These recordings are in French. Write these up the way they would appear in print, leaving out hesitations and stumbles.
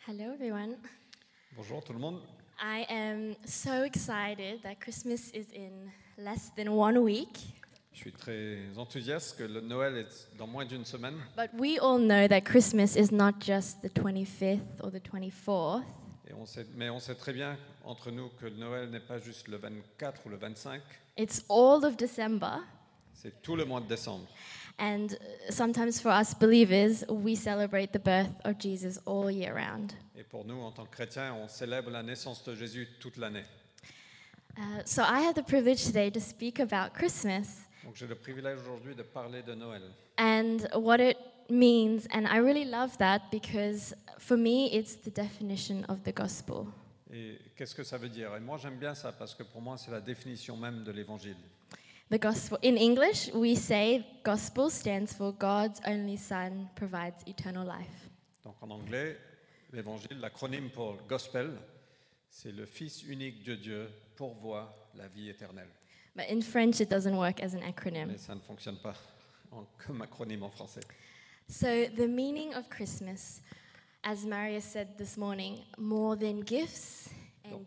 Hello, everyone. Bonjour tout le monde. I am so excited that Christmas is in less than 1 week. Je suis très enthousiaste que le Noël est dans moins d'une semaine. But we all know that Christmas is not just the 25th or the 24th. Mais on sait très bien entre nous que le Noël n'est pas juste le 24 ou le 25. It's all of December. C'est tout le mois de décembre. And sometimes for us believers, we celebrate the birth of Jesus all year round. Et pour nous, en tant que chrétiens, on célèbre la naissance de Jésus toute l'année. So I have the privilege today to speak about Christmas Donc j'ai le privilège aujourd'hui de parler de Noël. and what it means. And I really love that because for me, it's the definition of the gospel. Et qu'est-ce que ça veut dire? Et moi, j'aime bien ça parce que pour moi, c'est la définition même de l'évangile. The gospel, in English, we say gospel stands for God's only Son provides eternal life. Donc en anglais, l'évangile, l'acronyme pour gospel, c'est le Fils unique de Dieu pourvoit la vie éternelle. But in French, it doesn't work as an acronym. Mais ça ne fonctionne pas comme acronyme en français. So, the meaning of Christmas, as Maria said this morning, more than gifts and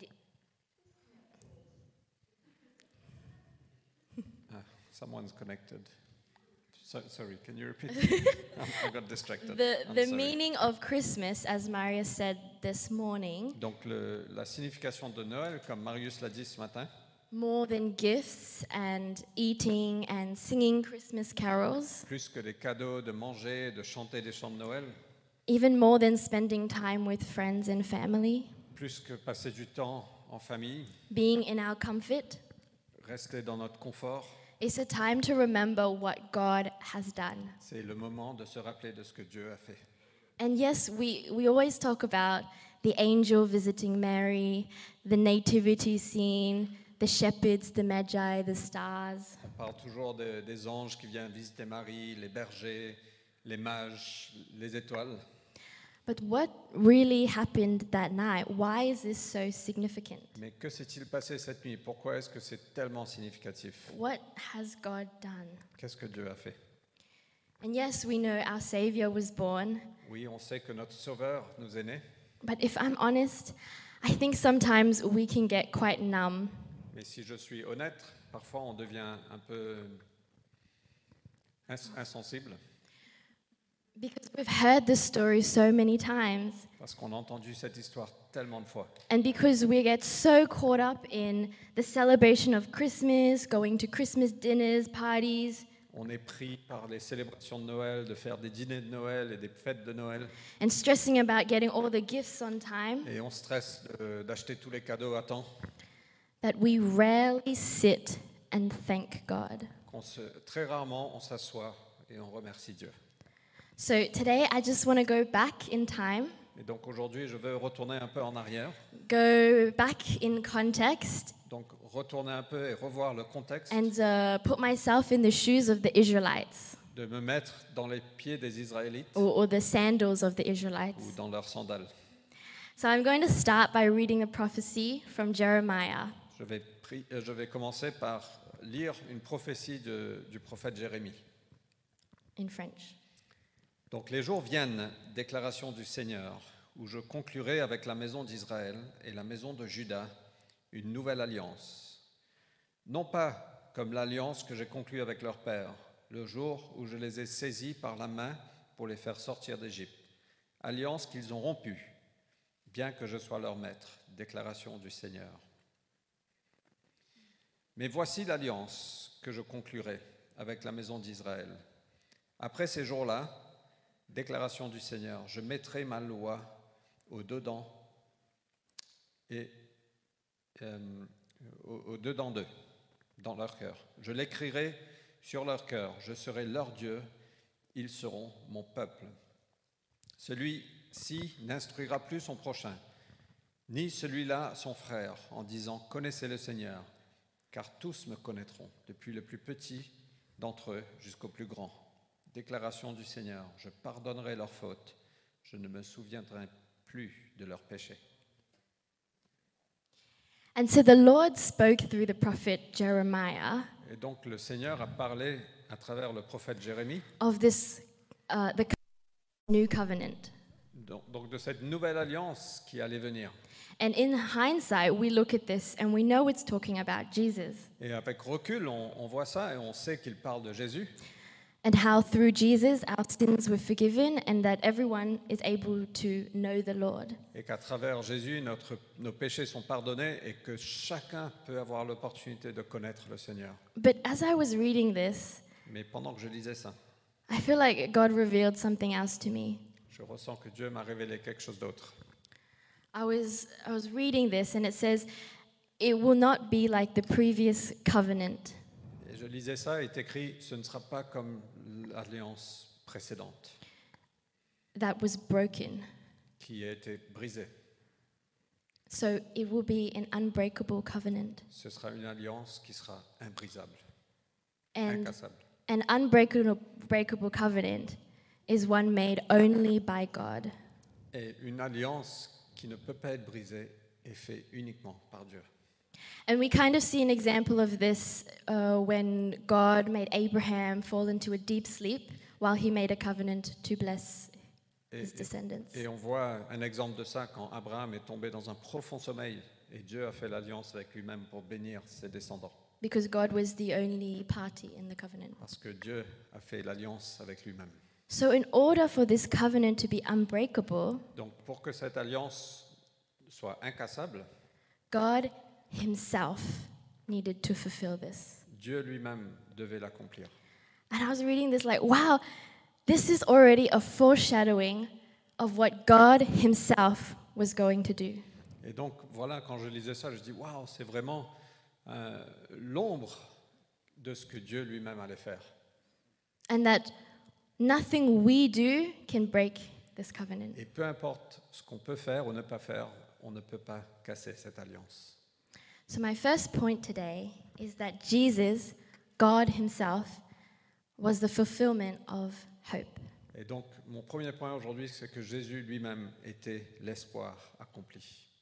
Someone's connected. Sorry, can you repeat? I got distracted. the I'm sorry. meaning of Christmas, as Maria said this morning, Donc la signification de Noël, comme Marius l'a dit ce matin, more than gifts and eating and singing Christmas carols, plus que des cadeaux, de manger, de chanter des chants de Noël, even more than spending time with friends and family, plus que passer du temps en famille, being in our comfort, rester dans notre confort, it's a time to remember what God has done. c'est le moment de se rappeler de ce que Dieu a fait. And yes, we always talk about the angel visiting Mary, the nativity scene, the shepherds, the magi, the stars. On parle toujours des anges qui viennent visiter Marie, les bergers, les mages, les étoiles. But what really happened that night? Why is this so significant? Mais que s'est-il passé cette nuit? Pourquoi est-ce que c'est tellement significatif? What has God done? Qu'est-ce que Dieu a fait? And yes, we know our Savior was born, Oui, on sait que notre Sauveur nous est né, but if I'm honest, I think sometimes we can get quite numb. mais si je suis honnête, parfois on devient un peu insensible Because we've heard this story so many times, parce qu'on a entendu cette histoire tellement de fois. and because we get so caught up in the celebration of Christmas, going to Christmas dinners, parties, On est pris par les célébrations de Noël, de faire des dîners de Noël et des fêtes de Noël, and stressing about getting all the gifts on time, et on stresse d'acheter tous les cadeaux à temps, that we rarely sit and thank God. très rarement on s'assoit et on remercie Dieu. So today I just want to go back in time, Et donc aujourd'hui, je veux retourner un peu en arrière, go back in context, donc retourner un peu et revoir le contexte, and put myself in the shoes of the Israelites de me mettre dans les pieds des Israélites or the sandals of the Israelites. ou dans leurs sandales. So I'm going to start by reading a prophecy from Jeremiah. Je vais commencer par lire une prophétie du prophète Jérémie. In French. Donc les jours viennent, déclaration du Seigneur, où je conclurai avec la maison d'Israël et la maison de Juda une nouvelle alliance. Non pas comme l'alliance que j'ai conclue avec leur père, le jour où je les ai saisis par la main pour les faire sortir d'Égypte. Alliance qu'ils ont rompue, bien que je sois leur maître, déclaration du Seigneur. Mais voici l'alliance que je conclurai avec la maison d'Israël. Après ces jours-là, déclaration du Seigneur, je mettrai ma loi au-dedans et au-dedans d'eux, dans leur cœur. Je l'écrirai sur leur cœur, je serai leur Dieu, ils seront mon peuple. Celui-ci n'instruira plus son prochain, ni celui-là son frère, en disant « Connaissez le Seigneur », car tous me connaîtront, depuis le plus petit d'entre eux jusqu'au plus grand. Déclaration du Seigneur, je pardonnerai leurs fautes, je ne me souviendrai plus de leurs péchés. And so the Lord spoke through the prophet Jeremiah Et donc le Seigneur a parlé à travers le prophète Jérémie of this, the new covenant. Donc de cette nouvelle alliance qui allait venir. And in hindsight, we look at this and we know it's talking about Jesus Et avec recul, on voit ça et on sait qu'il parle de Jésus. and how through Jesus our sins were forgiven and that everyone is able to know the Lord. Et qu'à travers Jésus, nos péchés sont pardonnés et que chacun peut avoir l'opportunité de connaître le Seigneur. But as I was reading this, Mais pendant que je lisais ça, I feel like God revealed something else to me. je ressens que Dieu m'a révélé quelque chose d'autre. I was reading this and it says, it will not be like the previous covenant. Et je lisais ça et il est écrit, ce ne sera pas comme l'alliance précédente That was broken. qui a été brisée. So it will be an unbreakable covenant. Ce sera une alliance qui sera imbrisable, And incassable. an unbreakable covenant is one made only by God. Et une alliance qui ne peut pas être brisée est faite uniquement par Dieu. And we kind of see an example of this when God made Abraham fall into a deep sleep while he made a covenant to bless his descendants. Et on voit un exemple de ça quand Abraham est tombé dans un profond sommeil et Dieu a fait l'alliance avec lui-même pour bénir ses descendants. Because God was the only party in the covenant. Parce que Dieu a fait l'alliance avec lui-même. So in order for this covenant to be unbreakable, Donc pour que cette alliance soit incassable, God himself needed to fulfill this. Dieu lui-même devait l'accomplir. And I was reading this like, wow, this is already a foreshadowing of what God himself was going to do. Et donc voilà, quand je lisais ça, je dis waouh, c'est vraiment l'ombre de ce que Dieu lui-même allait faire. And that nothing we do can break this covenant. Et peu importe ce qu'on peut faire ou ne pas faire, on ne peut pas casser cette alliance. So my first point today is that Jesus, God himself, was the fulfillment of hope. Et donc mon premier point aujourd'hui, c'est que Jésus lui-même était l'espoir accompli.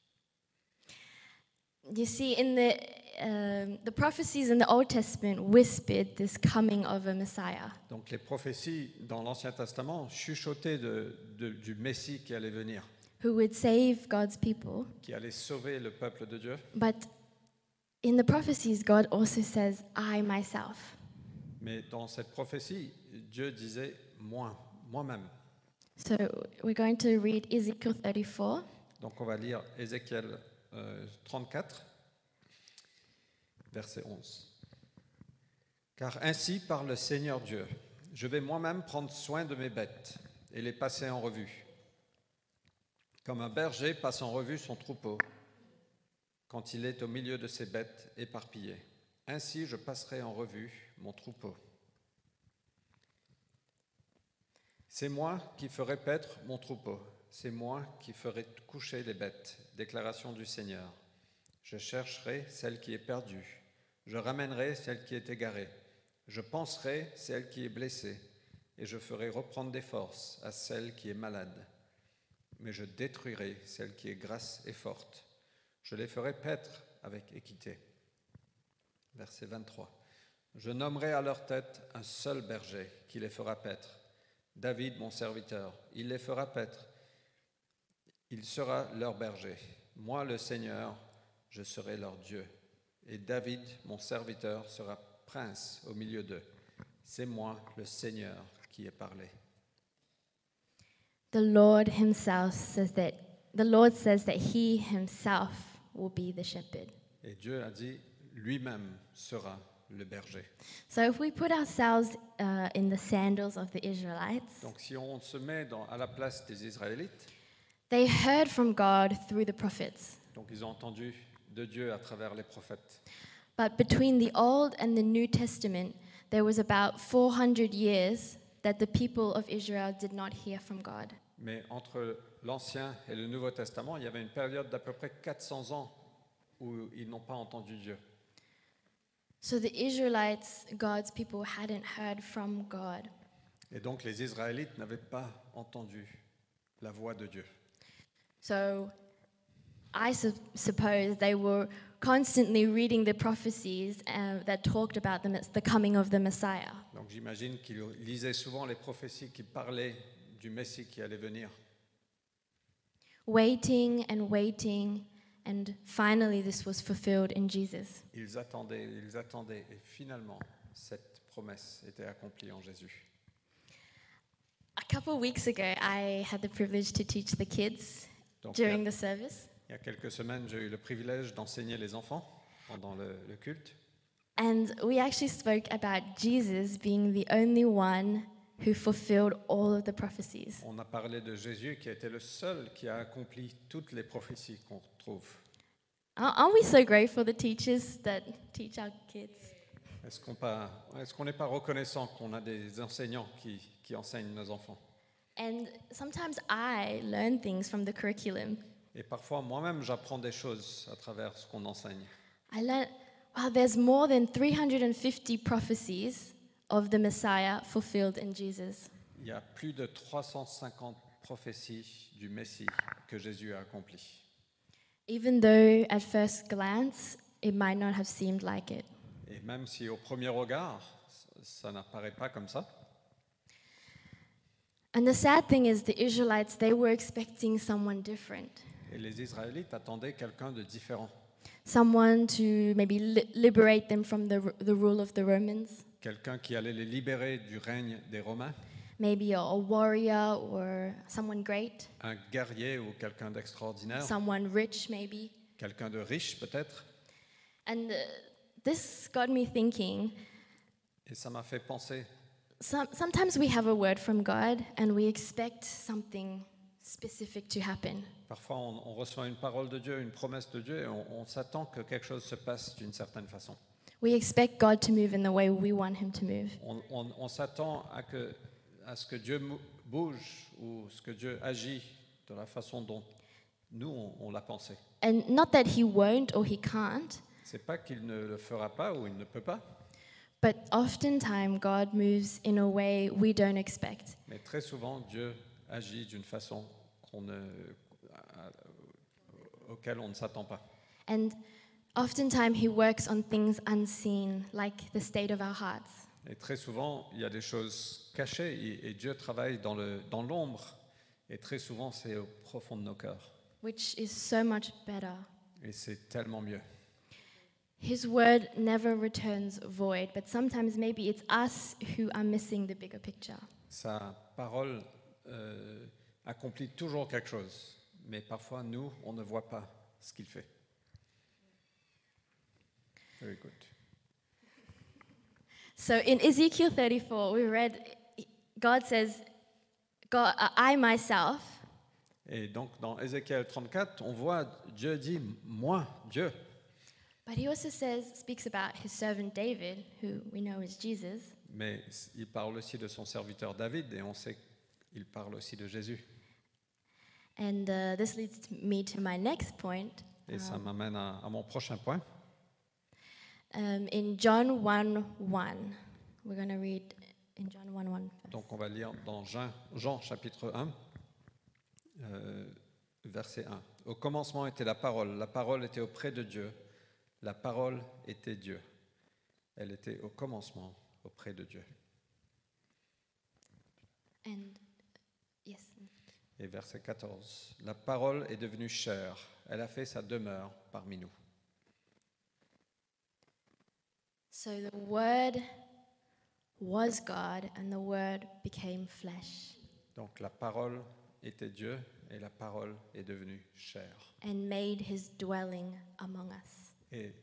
You see, in the prophecies in the Old Testament whispered this coming of a Messiah. Donc les prophéties dans l'Ancien Testament chuchotaient du Messie qui allait venir, Who would save God's people. qui allait sauver le peuple de Dieu. But in the prophecies, God also says, I myself. Mais dans cette prophétie, Dieu disait moi-même. So we're going to read Ezekiel 34. Donc on va lire Ézéchiel 34, verset 11. Car ainsi parle le Seigneur Dieu, je vais moi-même prendre soin de mes bêtes et les passer en revue. Comme un berger passe en revue son troupeau quand il est au milieu de ses bêtes éparpillées. Ainsi je passerai en revue mon troupeau. C'est moi qui ferai paître mon troupeau. C'est moi qui ferai coucher les bêtes, déclaration du Seigneur. Je chercherai celle qui est perdue. Je ramènerai celle qui est égarée. Je panserai celle qui est blessée. Et je ferai reprendre des forces à celle qui est malade. Mais je détruirai celle qui est grasse et forte. Je les ferai paître avec équité. Verset 23. Je nommerai à leur tête un seul berger qui les fera paître. David, mon serviteur, il les fera paître. Il sera leur berger. Moi, le Seigneur, je serai leur Dieu. Et David, mon serviteur, sera prince au milieu d'eux. C'est moi, le Seigneur, qui ai parlé. The Lord says that he himself will be the shepherd. Et Dieu a dit, lui-même sera le berger. So if we put ourselves in the sandals of the Israelites, Donc si on se met à la place des Israélites, they heard from God through the prophets. donc ils ont entendu de Dieu à travers les prophètes. But between the Old and the New Testament, there was about 400 years that the people of Israel did not hear from God. Mais entre l'Ancien et le Nouveau Testament, il y avait une période d'à peu près 400 ans où ils n'ont pas entendu Dieu. So the Israelites, God's people, hadn't heard from God. Et donc les Israélites n'avaient pas entendu la voix de Dieu. So I suppose they were constantly reading the prophecies that talked about the coming of the Messiah. Donc j'imagine qu'ils lisaient souvent les prophéties qui parlaient du Messie qui allait venir. waiting and waiting, and finally this was fulfilled in Jesus. Ils attendaient, et finalement, cette promesse était accomplie en Jésus. A couple weeks ago, I had the privilege to teach the kids Donc, during the service. il y a quelques semaines, j'ai eu le privilège d'enseigner les enfants pendant le culte. And we actually spoke about Jesus being the only one who fulfilled all of the prophecies. On a parlé de Jésus qui a été le seul qui a accompli toutes les prophéties qu'on trouve. Aren't we so grateful, the teachers that teach our kids? Est-ce qu'on n'est pas reconnaissant qu'on a des enseignants qui enseignent nos enfants? And sometimes I learn things from the curriculum. Et parfois, moi-même, j'apprends des choses à travers ce qu'on enseigne. I learned, wow, there's more than 350 prophecies of the Messiah fulfilled in Jesus. Il y a plus de 350 prophéties du Messie que Jésus a accomplies. Even though at first glance it might not have seemed like it. Et même si au premier regard, ça n'apparaît pas comme ça. And the sad thing is the Israelites, they were expecting someone different. Et les Israélites attendaient quelqu'un de différent. Someone to maybe liberate them from the rule of the Romans. Quelqu'un qui allait les libérer du règne des Romains. Maybe a warrior or someone great. Un guerrier ou quelqu'un d'extraordinaire. Someone rich maybe. Quelqu'un de riche peut-être. And this got me thinking. Et ça m'a fait penser. Sometimes we have a word from God and we expect something specific to happen. Parfois, on reçoit une parole de Dieu, une promesse de Dieu, et on s'attend que quelque chose se passe d'une certaine façon. We expect God to move in the way we want Him to move. On s'attend à ce que Dieu bouge ou ce que Dieu agit de la façon dont nous, on l'a pensé. And not that He won't or He can't, C'est pas qu'il ne le fera pas ou il ne peut pas, but oftentimes God moves in a way we don't expect. mais très souvent, Dieu agit d'une façon auquel on ne s'attend pas. And oftentimes He works on things unseen, like the state of our hearts. Et très souvent, il y a des choses cachées et Dieu travaille dans l'ombre. Et très souvent, c'est au profond de nos cœurs. Which is so much better. Et c'est tellement mieux. His word never returns void, but sometimes maybe it's us who are missing the bigger picture. Sa parole accomplit toujours quelque chose. Mais parfois, nous, on ne voit pas ce qu'il fait. Very good. So in Ezekiel 34, we read, God says, I myself. Et donc, dans Ézéchiel 34, on voit Dieu dit, moi, Dieu. But he also speaks about his servant David, who we know is Jesus. Mais il parle aussi de son serviteur David, et on sait qu'il parle aussi de Jésus. And this leads me to my next point. Et ça m'amène à mon prochain point. In John 1:1, we're going to read in John 1:1. Donc on va lire dans Jean chapitre 1, verset 1. Au commencement était la parole était auprès de Dieu, la parole était Dieu. Elle était au commencement auprès de Dieu. And yes. Et verset 14. La parole est devenue chair, elle a fait sa demeure parmi nous. So the Word was God and the Word became flesh. Donc la parole était Dieu et la parole est devenue chair. And made his dwelling among us. Et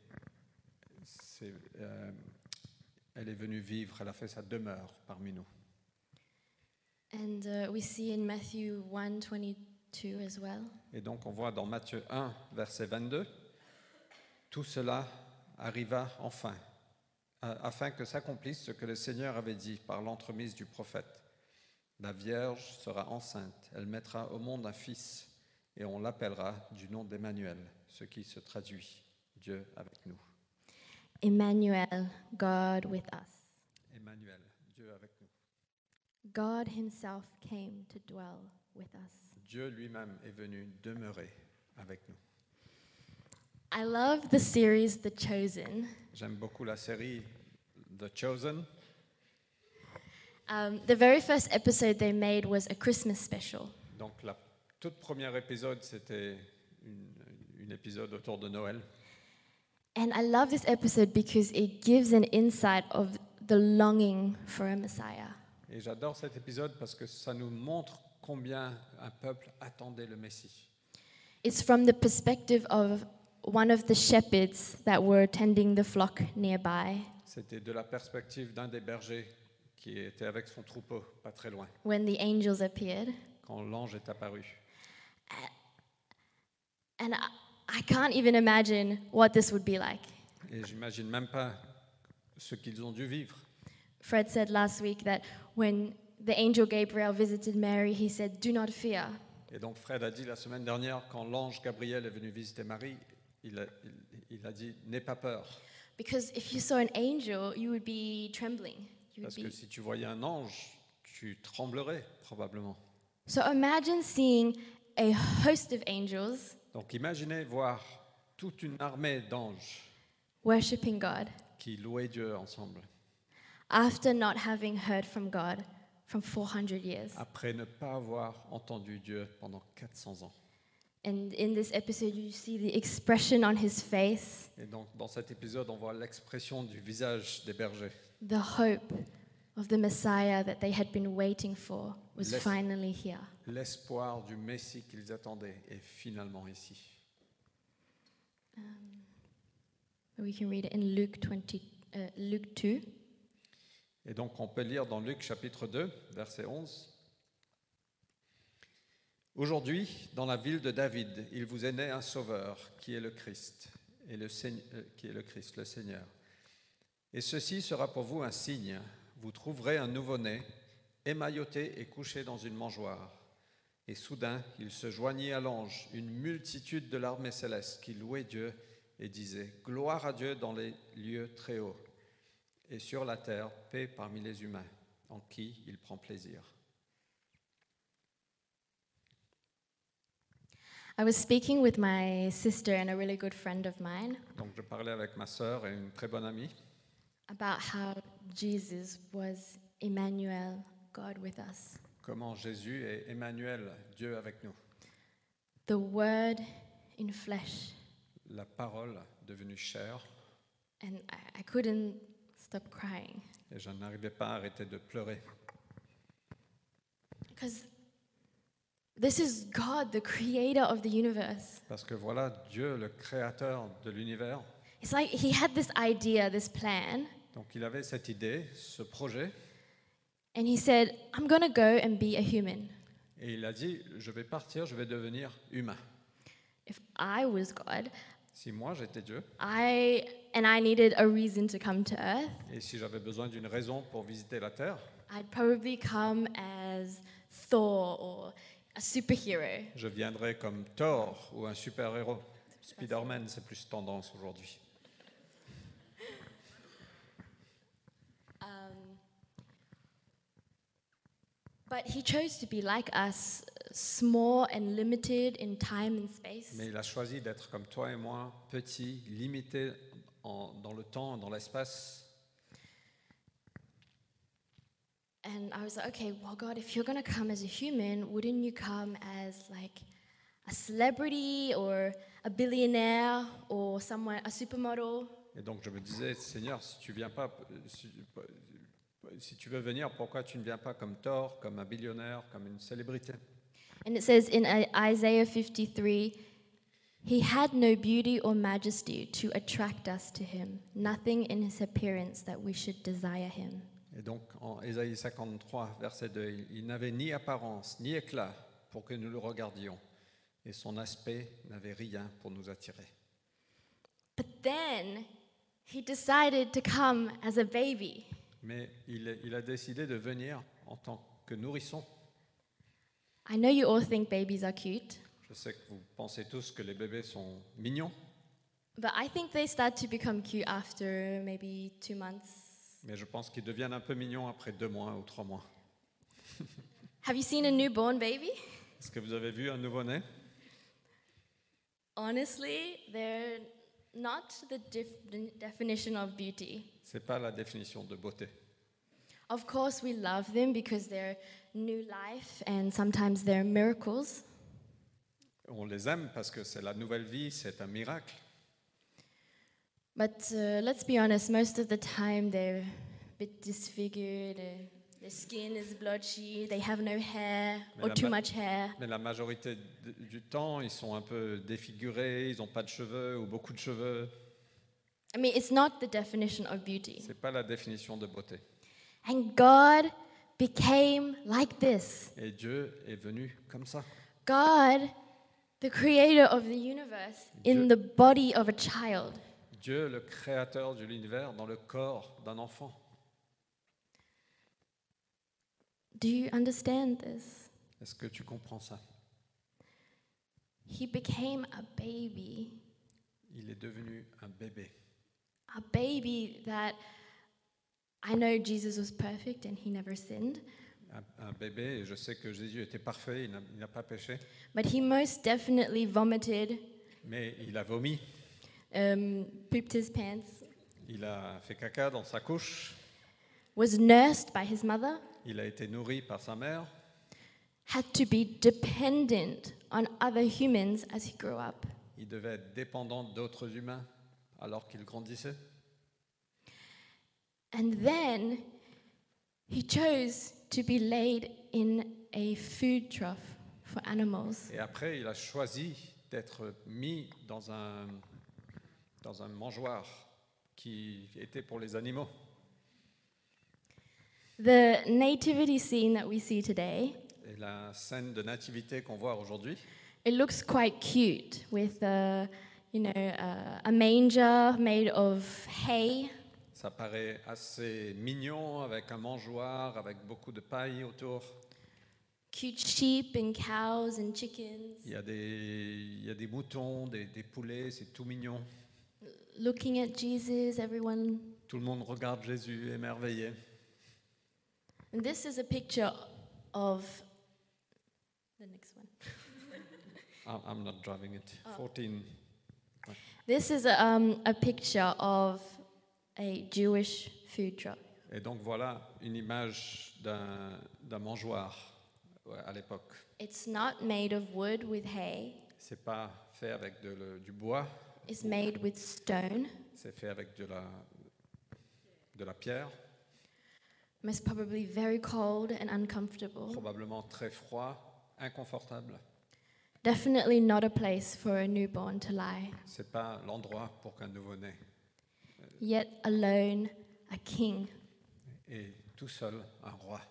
elle est venue vivre, elle a fait sa demeure parmi nous. And we see in Matthew 1:22 as well. Et donc on voit dans Matthieu 1, verset 22, tout cela arriva enfin, afin que s'accomplisse ce que le Seigneur avait dit par l'entremise du prophète. La Vierge sera enceinte, elle mettra au monde un fils, et on l'appellera du nom d'Emmanuel, ce qui se traduit Dieu avec nous. Emmanuel, God with us. Emmanuel, Dieu avec nous. God himself came to dwell with us. Dieu lui-même est venu demeurer avec nous. I love the series The Chosen. J'aime beaucoup la série The Chosen. The very first episode they made was a Christmas special. Donc tout premier épisode, c'était un épisode autour de Noël. And I love this episode because it gives an insight of the longing for a Messiah. Et j'adore cet épisode parce que ça nous montre combien un peuple attendait le Messie. It's from the perspective of one of the shepherds that were tending the flock nearby C'était de la perspective d'un des bergers qui était avec son troupeau, pas très loin, when the angels appeared. quand l'ange est apparu. And I can't even imagine what this would be like. Et j'imagine même pas ce qu'ils ont dû vivre. Fred said last week that when the angel Gabriel visited Mary, he said, "Do not fear." Et donc Fred a dit la semaine dernière, quand l'ange Gabriel est venu visiter Marie, il a dit « N'aie pas peur Because if you saw an angel, you would be trembling. You would parce que be... si tu voyais un ange, tu tremblerais probablement. » So imagine seeing a host of angels Donc imaginez voir toute une armée d'anges worshiping God qui louaient Dieu ensemble, after not having heard from God from 400 years. après ne pas avoir entendu Dieu pendant 400 ans. And in this episode, you see the expression on his face, Et donc dans cet épisode, on voit l'expression du visage des bergers. the hope of the Messiah that they had been waiting for was Let's- finally here. L'espoir du Messie qu'ils attendaient est finalement ici. We can read it in Luke 2. Et donc on peut lire dans Luc chapitre 2, verset 11. Aujourd'hui, dans la ville de David, il vous est né un sauveur qui est le Christ, le Seigneur. Et ceci sera pour vous un signe. Vous trouverez un nouveau-né, émailloté et couché dans une mangeoire. Et soudain, il se joignit à l'ange, une multitude de l'armée céleste qui louait Dieu et disait « Gloire à Dieu dans les lieux très hauts, et sur la terre, paix parmi les humains, en qui il prend plaisir. » I was speaking with my sister and a really good friend of mine Donc je parlais avec ma sœur et une très bonne amie about how Jesus was Emmanuel, God with us. comment Jésus est Emmanuel, Dieu avec nous. The Word in flesh. La parole devenue chair, And I couldn't stop crying. et je n'arrivais pas à arrêter de pleurer. Because this is God, the creator of the universe. Parce que voilà, Dieu, le créateur de l'univers, It's like he had this idea, this plan, donc il avait cette idée, ce projet, and he said, I'm going to go and be a human. et il a dit, je vais partir, je vais devenir humain. If I was God, Si moi j'étais Dieu, I needed a reason to come to earth, et si j'avais besoin d'une raison pour visiter la Terre, I'd probably come as Thor or a superhero. je viendrais comme Thor ou un super-héros. Spider-Man, c'est plus tendance aujourd'hui. But he chose to be like us, small and limited in time and space. Mais il a choisi d'être comme toi et moi, petit, limité dans le temps, dans l'espace. And I was like, okay, well, God, if you're going to come as a human, wouldn't you come as like a celebrity or a billionaire or someone, a supermodel? Et donc je me disais, Seigneur, si tu viens pas, si tu veux venir, pourquoi tu ne viens pas comme Thor, comme un billionnaire, comme une célébrité? And it says in Isaiah 53, he had no beauty or majesty to attract us to him, nothing in his appearance that we should desire him. Et donc en Ésaïe 53, verset 2, il n'avait ni apparence, ni éclat pour que nous le regardions, et son aspect n'avait rien pour nous attirer. But then he decided to come as a baby. Mais il a décidé de venir en tant que nourrisson. I know you all think babies are cute, Je sais que vous pensez tous que les bébés sont mignons, but I think they start to become cute after maybe 2 months. mais je pense qu'ils deviennent un peu mignons après 2 mois ou 3 mois. Have you seen a newborn baby? Est-ce que vous avez vu un nouveau-né? Honestly, they're not the definition of beauty. C'est pas la définition de beauté. Of course, we love them because they're new life and sometimes they're miracles. On les aime parce que c'est la nouvelle vie, c'est un miracle. But let's be honest, most of the time they're a bit disfigured, their skin is blotchy, they have no hair Mais or la too ma- much hair. Mais la majorité du temps, ils sont un peu défigurés, ils n'ont pas de cheveux ou beaucoup de cheveux. I mean, it's not the definition of beauty. C'est pas la définition de beauté. And God became like this. Et Dieu est venu comme ça. God, the creator of the universe, in the body of a child. Dieu, le créateur de l'univers, dans le corps d'un enfant. Do you understand this? Est-ce que tu comprends ça? He became a baby. Il est devenu un bébé. A baby that I know Jesus was perfect and he never sinned, Un bébé, et je sais que Jésus était parfait, il n'a pas péché, but he most definitely vomited, mais il a vomi, pooped his pants, il a fait caca dans sa couche, was nursed by his mother, il a été nourri par sa mère, had to be dependent on other humans as he grew up. il devait être dépendant d'autres humains alors qu'il grandissait. And then he chose to be laid in a food trough for animals. Et après, il a choisi d'être mis dans un mangeoire qui était pour les animaux. The nativity scene that we see today, Et la scène de nativité qu'on voit aujourd'hui, it looks quite cute with a manger made of hay. ça paraît assez mignon avec un mangeoire, avec beaucoup de paille autour. Cute sheep and cows and chickens Il y a des moutons, des poulets, c'est tout mignon. looking at Jesus, everyone. Tout le monde regarde Jésus émerveillé. And this is a picture of the next one. I'm not driving it. 14. This is a picture of a Jewish food truck. Et donc voilà une image d'un mangeoir à l'époque. It's not made of wood with hay. C'est pas fait avec du bois, It's made with stone, c'est fait avec de la pierre, most probably very cold and uncomfortable. probablement très froid, inconfortable. Definitely not a place for a newborn to lie. C'est pas l'endroit pour qu'un nouveau-né. Yet alone, a king. Et tout seul, un roi.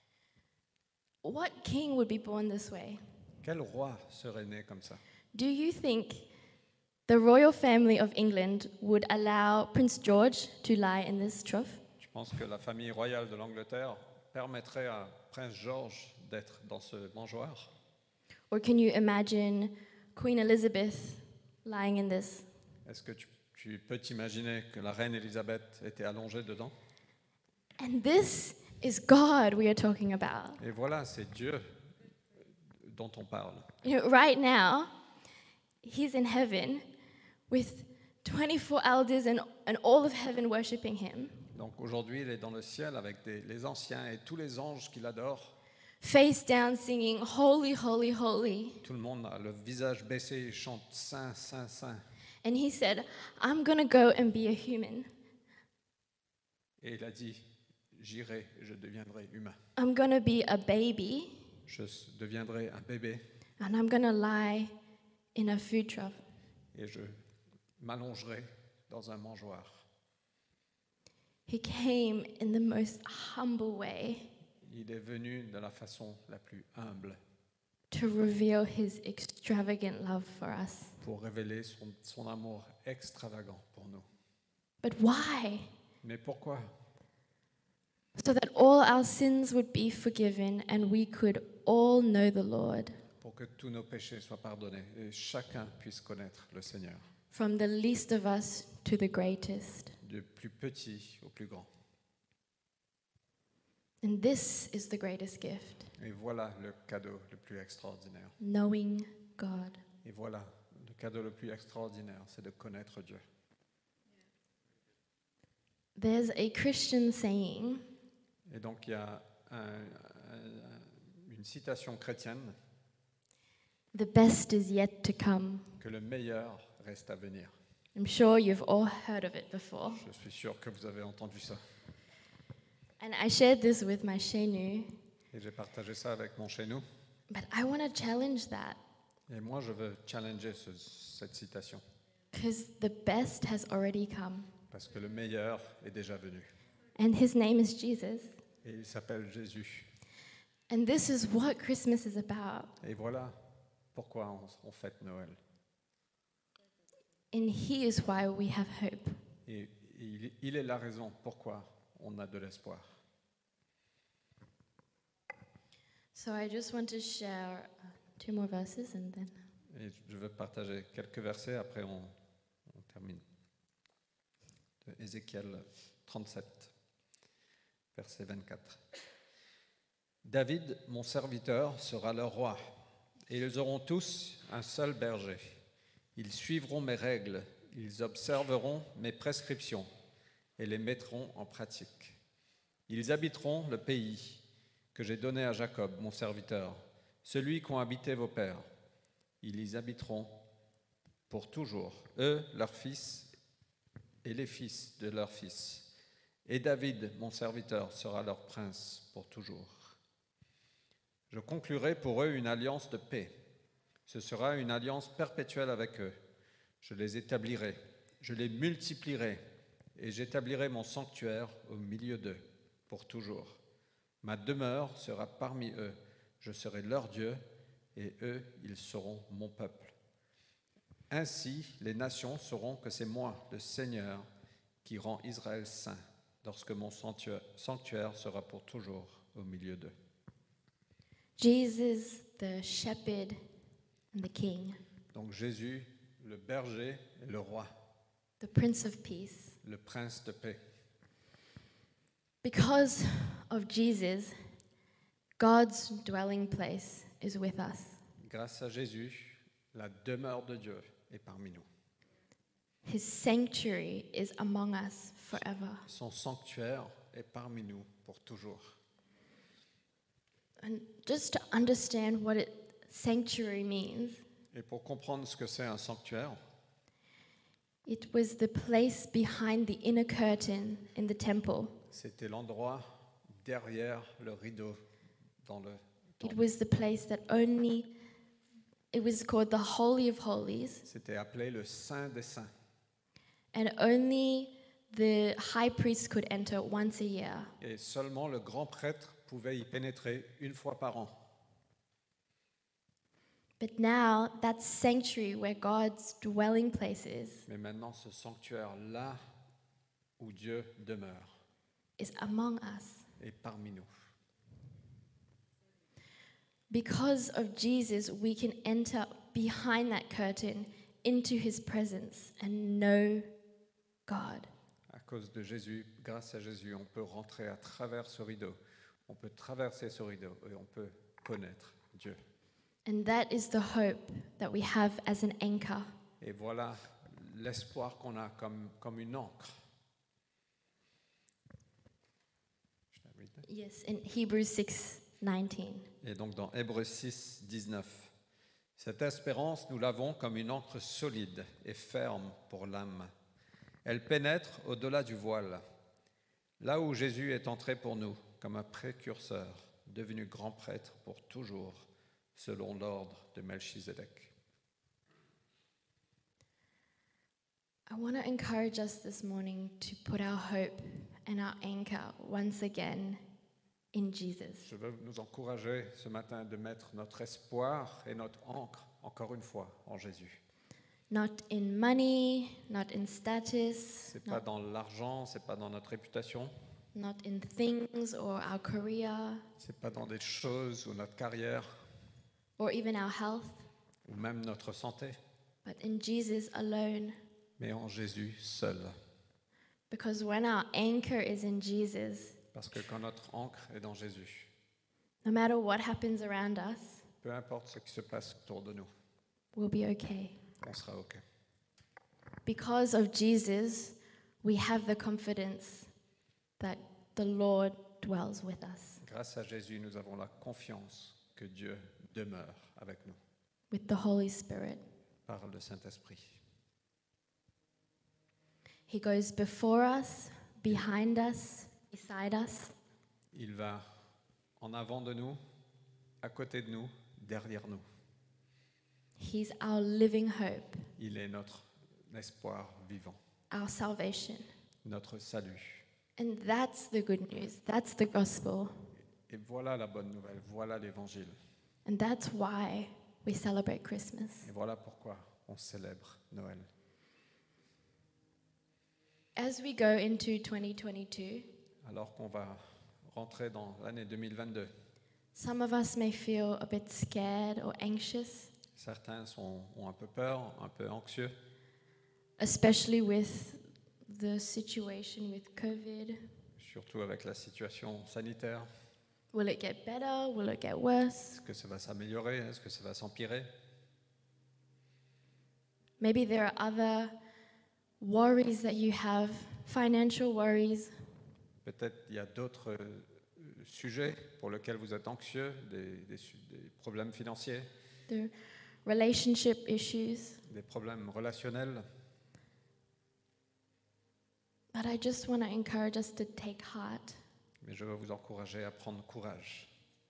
What king would be born this way? Quel roi serait né comme ça? Do you think the royal family of England would allow Prince George to lie in this trough? Je pense que la famille royale de l'Angleterre permettrait à Prince George d'être dans ce mangeoire. Or can you imagine Queen Elizabeth lying in this? Est-ce que tu peux t'imaginer que la reine Élisabeth était allongée dedans? And this is God we are talking about. Et voilà, c'est Dieu dont on parle. You know, right now, he's in heaven with 24 elders and all of heaven worshiping him, Donc aujourd'hui, il est dans le ciel avec les anciens et tous les anges qui l'adorent. face down singing, Holy, holy, holy. Tout le monde a le visage baissé et chante Saint, Saint, Saint. And he said, I'm going to go and be a human. Et il a dit, j'irai, je deviendrai humain. I'm going to be a baby, Je deviendrai un bébé and I'm going to lie in a food trough. et je m'allongerai dans un mangeoir. He came in the most humble way Il est venu de la façon la plus humble to reveal his extravagant love for us. pour révéler son amour extravagant pour nous. But why? Mais pourquoi? So that all our sins would be forgiven and we could all know the Lord, Pour que tous nos péchés soient pardonnés et chacun puisse connaître le Seigneur, from the least of us to the greatest. du plus petit au plus grand. And this is the greatest gift, Et voilà le cadeau le plus extraordinaire. knowing God. Et voilà le cadeau le plus extraordinaire, c'est de connaître Dieu. There's a Christian saying, Et donc il y a une citation chrétienne The best is yet to come. que le meilleur reste à venir. I'm sure you've all heard of it before. Je suis sûr que vous avez entendu ça. And I shared this with my Shenu, Et j'ai partagé ça avec mon chez nous. but I want to challenge that Et moi, je veux challenger cette citation. because the best has already come. Parce que le meilleur est déjà venu. And his name is Jesus. Et il s'appelle Jésus. And this is what Christmas is about. Et voilà pourquoi on fête Noël. And he is why we have hope. Et il est la raison pourquoi on a de l'espoir. So I just want to share 2 more verses and then. Et je veux partager quelques versets, après on termine. De Ézéchiel 37, verset 24. David, mon serviteur, sera leur roi, et ils auront tous un seul berger. Ils suivront mes règles, ils observeront mes prescriptions et les mettront en pratique. Ils habiteront le pays que j'ai donné à Jacob, mon serviteur, celui qu'ont habité vos pères. Ils y habiteront pour toujours, eux, leurs fils et les fils de leurs fils. Et David, mon serviteur, sera leur prince pour toujours. Je conclurai pour eux une alliance de paix. Ce sera une alliance perpétuelle avec eux. Je les établirai, je les multiplierai, et j'établirai mon sanctuaire au milieu d'eux pour toujours. Ma demeure sera parmi eux, je serai leur Dieu, et eux, ils seront mon peuple. Ainsi, les nations sauront que c'est moi, le Seigneur, qui rend Israël saint, lorsque mon sanctuaire sera pour toujours au milieu d'eux. Jesus, the shepherd and the king, Donc Jésus, le berger et le roi, the Prince of Peace. le prince de paix. Because of Jesus, God's dwelling place is with us. Grâce à Jésus, la demeure de Dieu est parmi nous. His sanctuary is among us forever. Son sanctuaire est parmi nous pour toujours. And just to understand what sanctuary means, Et pour comprendre ce que c'est un sanctuaire, it was the place behind the inner curtain in the temple. c'était l'endroit derrière le rideau dans le It temple. was the place that it was called the Holy of Holies, C'était appelé le Saint des Saints. and only the high priest could enter once a year. Et seulement le grand prêtre pouvait y pénétrer une fois par an. But now, that sanctuary where God's dwelling place Mais maintenant, ce sanctuaire-là où Dieu demeure is among us. est parmi nous. Because of Jesus, we can enter behind that curtain into his presence and know God. À cause de Jésus, grâce à Jésus, on peut rentrer à travers ce rideau. On peut traverser ce rideau et on peut connaître Dieu. And that is the hope that we have as an anchor. Et voilà l'espoir qu'on a comme une encre. Should I read that? Yes, in Hebrews 6:19. Et donc dans Hébreux 6, 19, cette espérance, nous l'avons comme une encre solide et ferme pour l'âme. Elle pénètre au-delà du voile, là où Jésus est entré pour nous comme un précurseur, devenu grand prêtre pour toujours, selon l'ordre de Melchizedek. I want to encourage us this morning to put our hope and our anchor once again in Jesus. Je veux nous encourager ce matin de mettre notre espoir et notre encre, encore une fois, en Jésus. Not in money, not in status, C'est pas dans l'argent, c'est pas dans notre réputation, not in things or our career c'est pas dans des choses ou notre carrière or even our health, ou même notre santé, but in Jesus alone. mais en Jésus seul. Because when our anchor is in Jesus, Parce que quand notre encre est dans Jésus, no matter what happens around us, peu importe ce qui se passe autour de nous, we'll be okay. on sera OK. Because of Jesus, we have the confidence that the Lord dwells with us. Grâce à Jésus, nous avons la confiance que Dieu demeure avec nous. with the Holy Spirit. par le Saint-Esprit. He goes before us, behind us, beside us. Il va en avant de nous, à côté de nous, derrière nous. He's our living hope, Il est notre espoir vivant, our salvation. notre salut. And that's the good news. That's the gospel. Et voilà la bonne nouvelle, voilà l'évangile. And that's why we celebrate Christmas. Et voilà pourquoi on célèbre Noël. As we go into 2022, Alors qu'on va rentrer dans l'année 2022, some of us may feel a bit scared or anxious, certains ont un peu peur, un peu anxieux, especially with the situation with COVID. surtout avec la situation sanitaire. Will it get better? Will it get worse? Est-ce que ça va s'améliorer? Est-ce que ça va s'empirer? Maybe there are other worries that you have, financial worries, Peut-être il y a d'autres sujets pour lesquels vous êtes anxieux, des problèmes financiers, the relationship issues. des problèmes relationnels. But I just want to encourage us to take heart. Mais je veux vous encourager à prendre courage.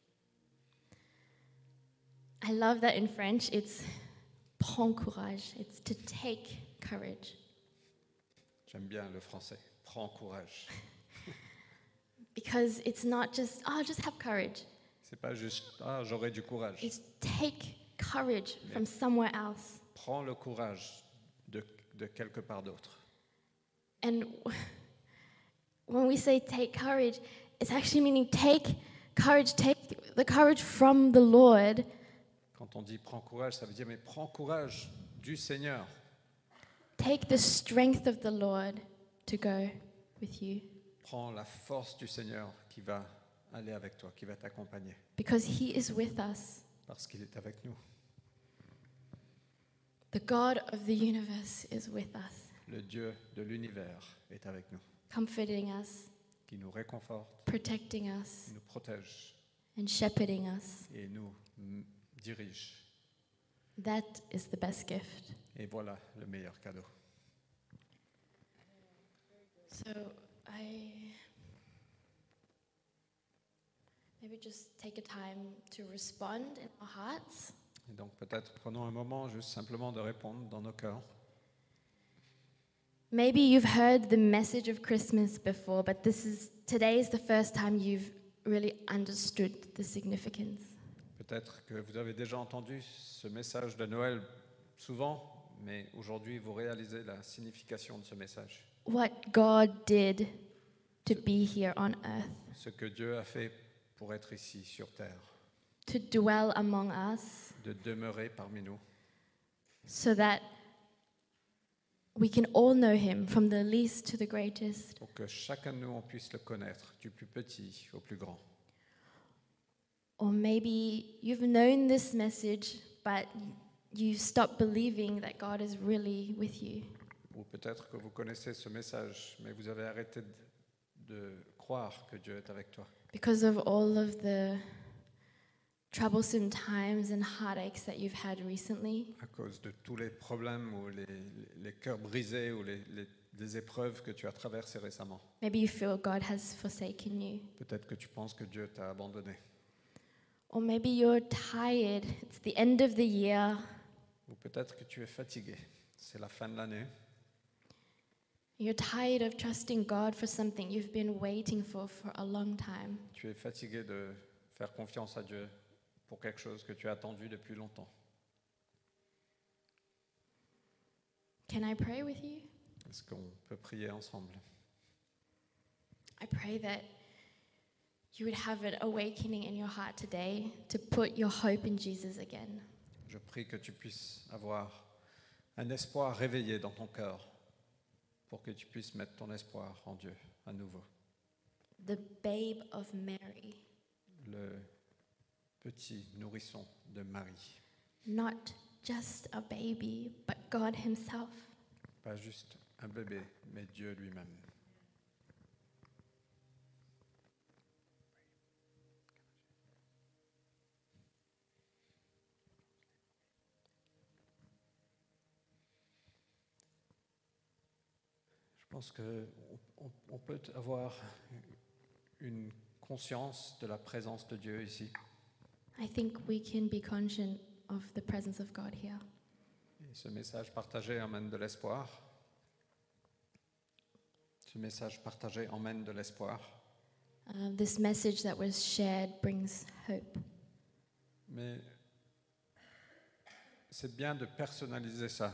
I love that in French it's prends courage. It's to take courage. J'aime bien le français. Prends courage. Because it's not just, oh, just have courage. C'est pas juste j'aurai du courage. It's take courage from somewhere else. Prends le courage de quelque part d'autre. And when we say take courage, it's actually meaning take courage, take the courage from the Lord. Quand on dit prends courage, ça veut dire mais prends courage du Seigneur. Take the strength of the Lord to go with you. Prends la force du Seigneur qui va aller avec toi, qui va t'accompagner. Because He is with us. Parce qu'il est avec nous. The God of the universe is with us, Le Dieu de l'univers est avec nous, comforting us, qui nous réconforte, protecting us, qui nous protège and shepherding us. et nous dirige. That is the best gift. Et voilà le meilleur cadeau. So I maybe just take a time to respond in our hearts. Et donc peut-être prenons un moment juste simplement de répondre dans nos cœurs. Maybe you've heard the message of Christmas before, but today is the first time you've really understood the significance. Peut-être que vous avez déjà entendu ce message de Noël souvent, mais aujourd'hui vous réalisez la signification de ce message. What God did to be here on earth, Ce que Dieu a fait pour être ici sur terre, to dwell among us, de demeurer parmi nous, so that we can all know Him from the least to the greatest. pour que chacun de nous on puisse le connaître, du plus petit au plus grand. Or maybe you've known this message, but you stopped believing that God is really with you. Ou peut-être que vous connaissez ce message, mais vous avez arrêté de croire que Dieu est avec toi. Because of all of the troublesome times and heartaches that you've had recently. À cause de tous les problèmes ou les cœurs brisés ou les épreuves que tu as traversées récemment. Maybe you feel God has forsaken you. Peut-être que tu penses que Dieu t'a abandonné. Or maybe you're tired. It's the end of the year. Ou peut-être que tu es fatigué. C'est la fin de l'année. You're tired of trusting God for something you've been waiting for a long time. Tu es fatigué de faire confiance à Dieu pour quelque chose que tu as attendu depuis longtemps. Can I pray with you? Est-ce qu'on peut prier ensemble? I pray that you would have an awakening in your heart today to put your hope in Jesus again. Je prie que tu puisses avoir un espoir réveillé dans ton cœur pour que tu puisses mettre ton espoir en Dieu à nouveau. The babe of Mary, Le petit nourrisson de Marie. not just a baby, but God Himself. Pas juste un bébé, mais Dieu lui-même. pense qu'on peut avoir une conscience de la présence de Dieu ici. I think we can be conscious of the presence of God here. Et ce message partagé amène de l'espoir. Ce message partagé emmène de l'espoir. This message that was shared brings hope. Mais c'est bien de personnaliser ça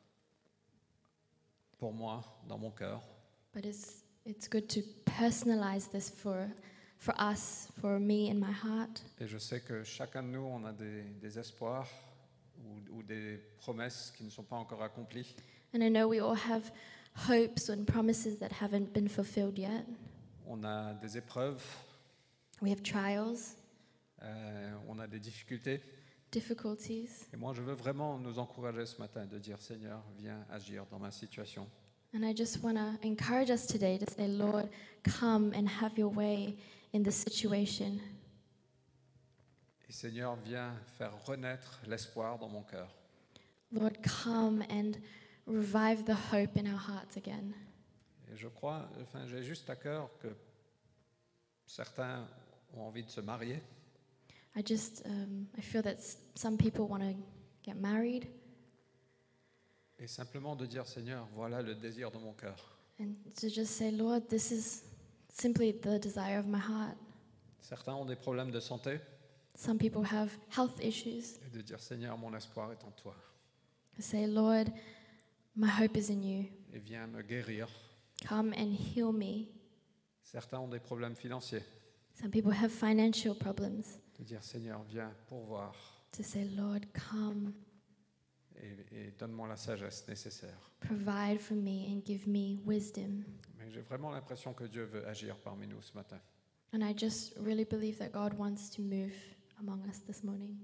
pour moi, dans mon cœur. But it's good to personalize this for us, for me in my heart. Et je sais que chacun de nous, on a des espoirs ou des promesses qui ne sont pas encore accomplies. And I know we all have hopes and promises that haven't been fulfilled yet. On a des épreuves, We have trials, on a des difficultés. difficulties. Et moi, je veux vraiment nous encourager ce matin de dire, Seigneur, viens agir dans ma situation. And I just want to encourage us today to say, Lord, come and have your way in this situation. Et Seigneur, viens faire renaître l'espoir dans mon cœur. Lord, come and revive the hope in our hearts again. Et je crois, j'ai juste à cœur que certains ont envie de se marier. I feel that some people want to get married, Et simplement de dire, Seigneur, voilà le désir de mon cœur. and to just say, Lord, this is simply the desire of my heart. Certains ont des problèmes de santé. Some people have health issues. Et de dire, Seigneur, mon espoir est en toi. I say, Lord, my hope is in you. Et viens me guérir. Come and heal me. Certains ont des problèmes financiers. Some people have financial problems. De dire, Seigneur, viens pourvoir To say, Lord, come, et donne-moi la sagesse nécessaire. provide for me and give me wisdom. Mais j'ai vraiment l'impression que Dieu veut agir parmi nous ce matin. And I just really believe that God wants to move among us this morning.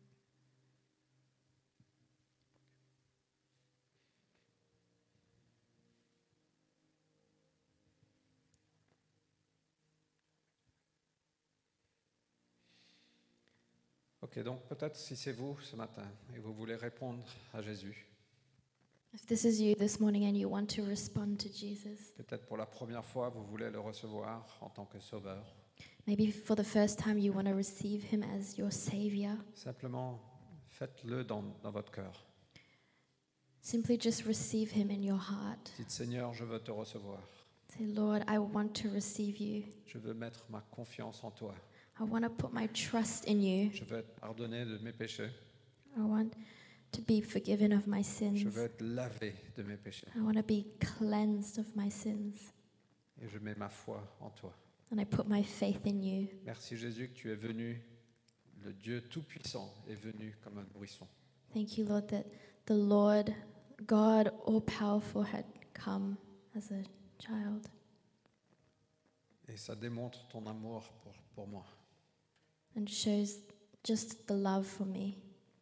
Ok, donc peut-être si c'est vous ce matin et vous voulez répondre à Jésus, If this is you this morning and you want to respond to Jesus, peut-être pour la première fois vous voulez le recevoir en tant que sauveur, maybe for the first time you want to receive him as your savior, simplement faites-le dans votre cœur. simply just receive him in your heart. Dites, Seigneur, je veux te recevoir. Say, Lord, I want to receive you. Je veux mettre ma confiance en toi. I want to put my trust in you. Je veux être pardonné de mes péchés. I want to be forgiven of my sins. Je veux être lavé de mes péchés. I want to be cleansed of my sins. Et je mets ma foi en toi. And I put my faith in you. Merci Jésus que tu es venu, le Dieu Tout-Puissant est venu comme un buisson. Thank you, Lord, that the Lord, God all-powerful, had come as a child. Et ça démontre ton amour pour moi. And shows just the love for me.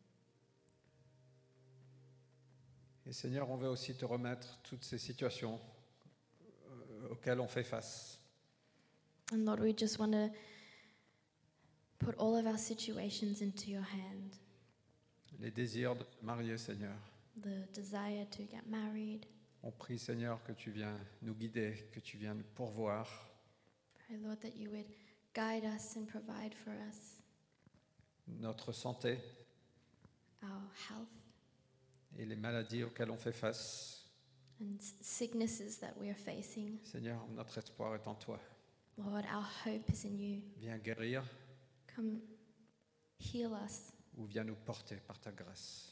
Et Seigneur, on veut aussi te remettre toutes ces situations auxquelles on fait face. And Lord, we just want to put all of our situations into your hand. Les désirs de te marier, Seigneur. The desire to get married. On prie, Seigneur, que tu viens nous guider, que tu viens nous pourvoir. Pray, Lord, that you would guide us and provide for us Notre santé our health et les maladies auxquelles on fait face. and sicknesses that we are facing. Seigneur, notre espoir est en toi. Lord, our hope is in you. Viens guérir Come heal us ou viens nous porter par ta grâce.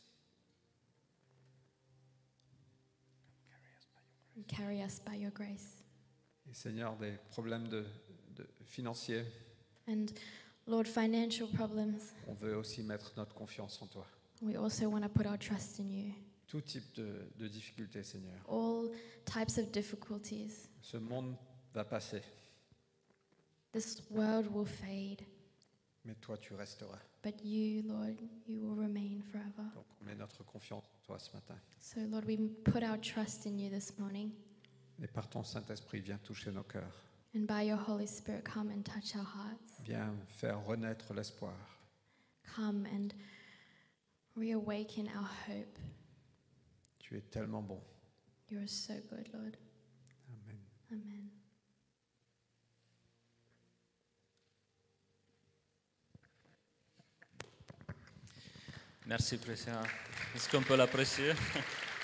and carry us by your grace. Et Seigneur, des problèmes de financiers, And Lord, financial problems, on veut aussi mettre notre confiance en toi. we also want to put our trust in you. Tout type de difficultés, Seigneur. All types of difficulties. Ce monde va passer, This world will fade, mais toi, tu resteras. but you, Lord, you will remain forever. Donc, on met notre confiance en toi ce matin. So, Lord, we put our trust in you this morning. Et par ton Saint-Esprit, viens toucher nos cœurs. And by your Holy Spirit, come and touch our hearts. Viens faire renaître l'espoir. Come and reawaken our hope. Tu es tellement bon. You are so good, Lord. Amen. Merci, Président. Est-ce qu'on peut l'apprécier?